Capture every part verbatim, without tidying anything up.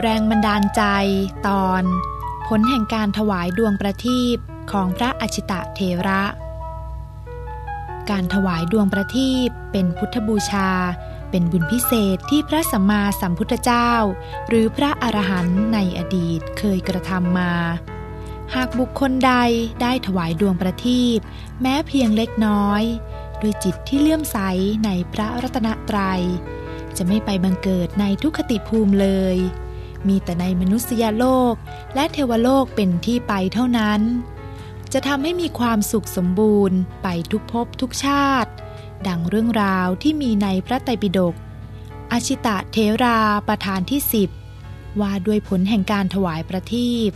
แรงบันดาลใจตอนผลแห่งการถวายดวงประทีปของพระอชิตเถระการถวายดวงประทีปเป็นพุทธบูชาเป็นบุญพิเศษที่พระสัมมาสัมพุทธเจ้าหรือพระอรหันต์ในอดีตเคยกระทำมาหากบุคคลใดได้ถวายดวงประทีปแม้เพียงเล็กน้อยด้วยจิตที่เลื่อมใสในพระรัตนตรัยจะไม่ไปบังเกิดในทุกขติภูมิเลยมีแต่ในมนุษยโลกและเทวโลกเป็นที่ไปเท่านั้นจะทำให้มีความสุขสมบูรณ์ไปทุกภพทุกชาติดังเรื่องราวที่มีในพระไตรปิฎกอชิตเถราประธานที่สิบว่าด้วยผลแห่งการถวายประทีป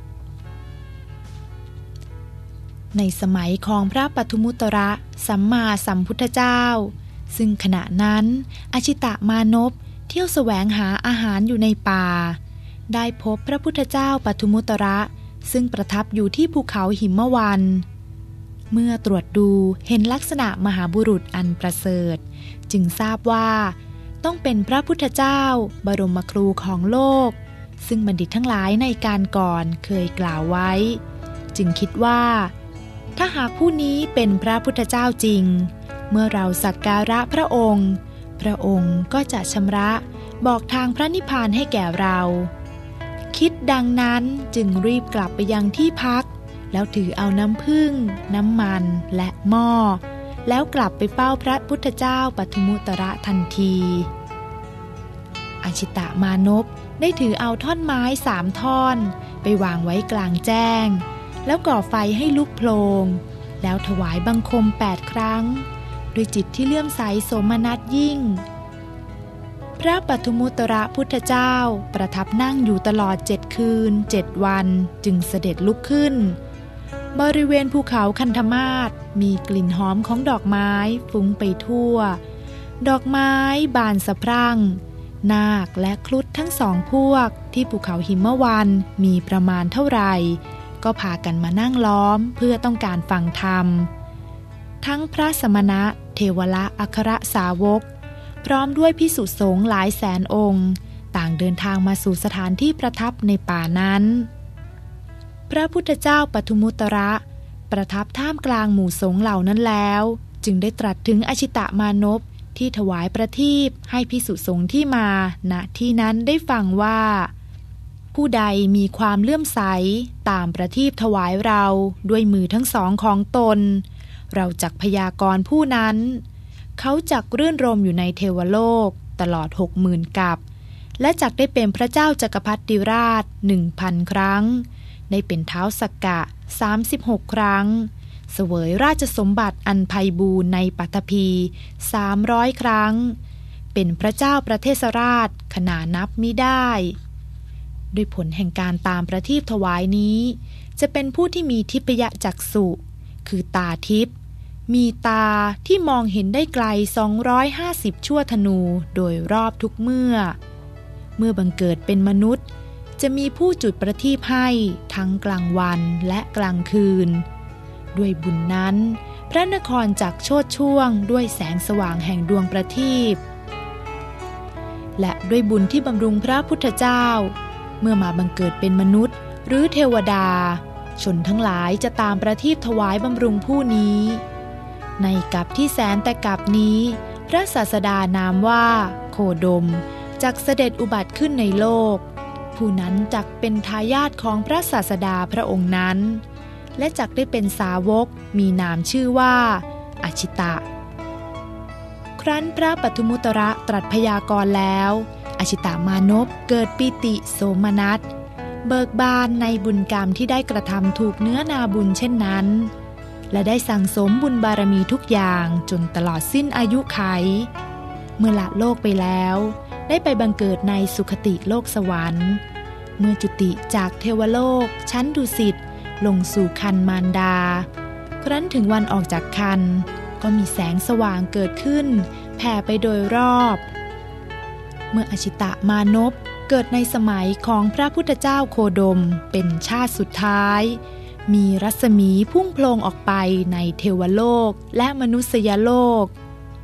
ในสมัยของพระปทุมุตระสัมมาสัมพุทธเจ้าซึ่งขณะนั้นอชิตมานพเที่ยวแสวงหาอาหารอยู่ในป่าได้พบพระพุทธเจ้าปทุมุตระซึ่งประทับอยู่ที่ภูเขาหิมวันเมื่อตรวจดูเห็นลักษณะมหาบุรุษอันประเสริฐจึงทราบว่าต้องเป็นพระพุทธเจ้าบรมครูของโลกซึ่งบัณฑิตทั้งหลายในการก่อนเคยกล่าวไว้จึงคิดว่าถ้าหากผู้นี้เป็นพระพุทธเจ้าจริงเมื่อเราสักการะพระองค์พระองค์ก็จะชำระบอกทางพระนิพพานให้แก่เราคิดดังนั้นจึงรีบกลับไปยังที่พักแล้วถือเอาน้ำผึ้งน้ำมันและหม้อแล้วกลับไปเฝ้าพระพุทธเจ้าปทุมุตระทันทีอชิตมานพได้ถือเอาท่อนไม้สามท่อนไปวางไว้กลางแจ้งแล้วก่อไฟให้ลุกโพลงแล้วถวายบังคมแปดครั้งด้วยจิตที่เลื่อมใสโสมนัสยิ่งพระปทุมุตระพุทธเจ้าประทับนั่งอยู่ตลอดเจ็ดคืนเจ็ดวันจึงเสด็จลุกขึ้นบริเวณภูเขาคันธมาศมีกลิ่นหอมของดอกไม้ฟุ้งไปทั่วดอกไม้บานสะพรั่งนาคและครุฑทั้งสองพวกที่ภูเขาหิมวันมีประมาณเท่าไหร่ก็พากันมานั่งล้อมเพื่อต้องการฟังธรรมทั้งพระสมณะเทวละอัครสาวกพร้อมด้วยภิกษุสงฆ์หลายแสนองค์ต่างเดินทางมาสู่สถานที่ประทับในป่านั้นพระพุทธเจ้าปทุมุตระประทับท่ามกลางหมู่สงฆ์เหล่านั้นแล้วจึงได้ตรัสถึงอชิตมานพที่ถวายประทีปให้ภิกษุสงฆ์ที่มาณที่นั้นได้ฟังว่าผู้ใดมีความเลื่อมใสตามประทีปถวายเราด้วยมือทั้งสองของตนเราจักพยากรณ์ผู้นั้นเขาจักรื่นรมอยู่ในเทวโลกตลอดหกหมื่นกับและจักได้เป็นพระเจ้าจักรพรรดิราชหนึ่งพันครั้งได้เป็นท้าวสักกะสามสิบหกครั้งเสวยราชสมบัติอันไพบูลย์ในปัตภีสามร้อยครั้งเป็นพระเจ้าประเทศราชขนานับมิได้ด้วยผลแห่งการตามประทีปถวายนี้จะเป็นผู้ที่มีทิพยจักษุคือตาทิพย์มีตาที่มองเห็นได้ไกลสองร้อยห้าสิบชั่วธนูโดยรอบทุกเมื่อเมื่อบังเกิดเป็นมนุษย์จะมีผู้จุดประทีปให้ทั้งกลางวันและกลางคืนด้วยบุญนั้นพระนครจักโชติช่วงด้วยแสงสว่างแห่งดวงประทีปและด้วยบุญที่บำรุงพระพุทธเจ้าเมื่อมาบังเกิดเป็นมนุษย์หรือเทวดาชนทั้งหลายจะตามประทีปถวายบำรุงผู้นี้ในกัปที่แสนแต่กัปนี้พระศาสดานามว่าโคดมจักเสด็จอุบัติขึ้นในโลกผู้นั้นจักเป็นทายาทของพระศาสดาพระองค์นั้นและจักได้เป็นสาวกมีนามชื่อว่าอชิตะครั้นพระปทุมุตระตรัสพยากรณ์แล้วอชิตมานพเกิดปิติโสมนัสเบิกบานในบุญกรรมที่ได้กระทำถูกเนื้อนาบุญเช่นนั้นและได้สั่งสมบุญบารมีทุกอย่างจนตลอดสิ้นอายุไขเมื่อละโลกไปแล้วได้ไปบังเกิดในสุคติโลกสวรรค์เมื่อจุติจากเทวโลกชั้นดุสิตลงสู่คันมารดาครั้นถึงวันออกจากคันก็มีแสงสว่างเกิดขึ้นแผ่ไปโดยรอบเมื่ออชิตมานพเกิดในสมัยของพระพุทธเจ้าโคดมเป็นชาติสุดท้ายมีรัศมีพุ่งโพลงออกไปในเทวโลกและมนุษยโลก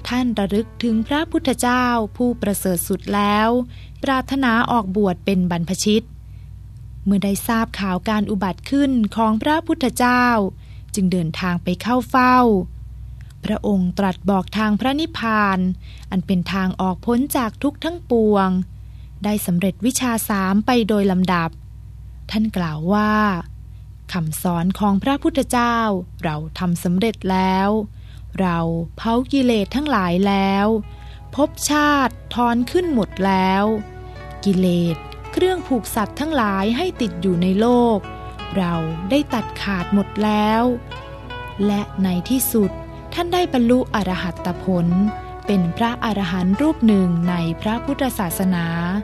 ท่านระลึกถึงพระพุทธเจ้าผู้ประเสริฐสุดแล้วปรารถนาออกบวชเป็นบรรพชิตเมื่อได้ทราบข่าวการอุบัติขึ้นของพระพุทธเจ้าจึงเดินทางไปเข้าเฝ้าพระองค์ตรัสบอกทางพระนิพพานอันเป็นทางออกพ้นจากทุกข์ทั้งปวงได้สำเร็จวิชาสามไปโดยลำดับท่านกล่าวว่าคำสอนของพระพุทธเจ้าเราทำสำเร็จแล้วเราเผากิเลสทั้งหลายแล้วภพชาติถอนขึ้นหมดแล้วกิเลสเครื่องผูกสัตว์ทั้งหลายให้ติดอยู่ในโลกเราได้ตัดขาดหมดแล้วและในที่สุดท่านได้บรรลุอรหัตผลเป็นพระอรหันต์รูปหนึ่งในพระพุทธศาสนา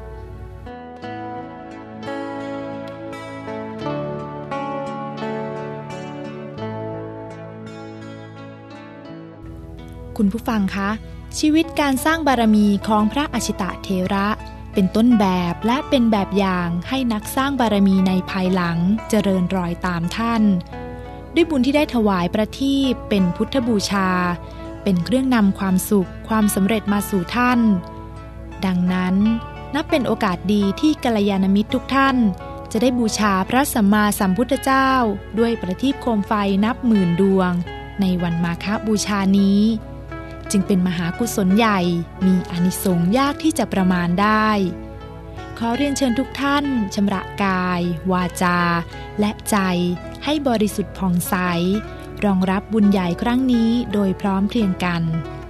คุณผู้ฟังคะชีวิตการสร้างบารมีของพระอชิตะเถระเป็นต้นแบบและเป็นแบบอย่างให้นักสร้างบารมีในภายหลังเจริญรอยตามท่านด้วยบุญที่ได้ถวายประทีปเป็นพุทธบูชาเป็นเครื่องนำความสุขความสำเร็จมาสู่ท่านดังนั้นนับเป็นโอกาสดีที่กัลยาณมิตรทุกท่านจะได้บูชาพระสัมมาสัมพุทธเจ้าด้วยประทีปโคมไฟนับหมื่นดวงในวันมาฆบูชานี้จึงเป็นมหากุศลใหญ่มีอานิสงส์ยากที่จะประมาณได้ขอเรียนเชิญทุกท่านชำระกายวาจาและใจให้บริสุทธิ์ผ่องใสรองรับบุญใหญ่ครั้งนี้โดยพร้อมเพรียงกัน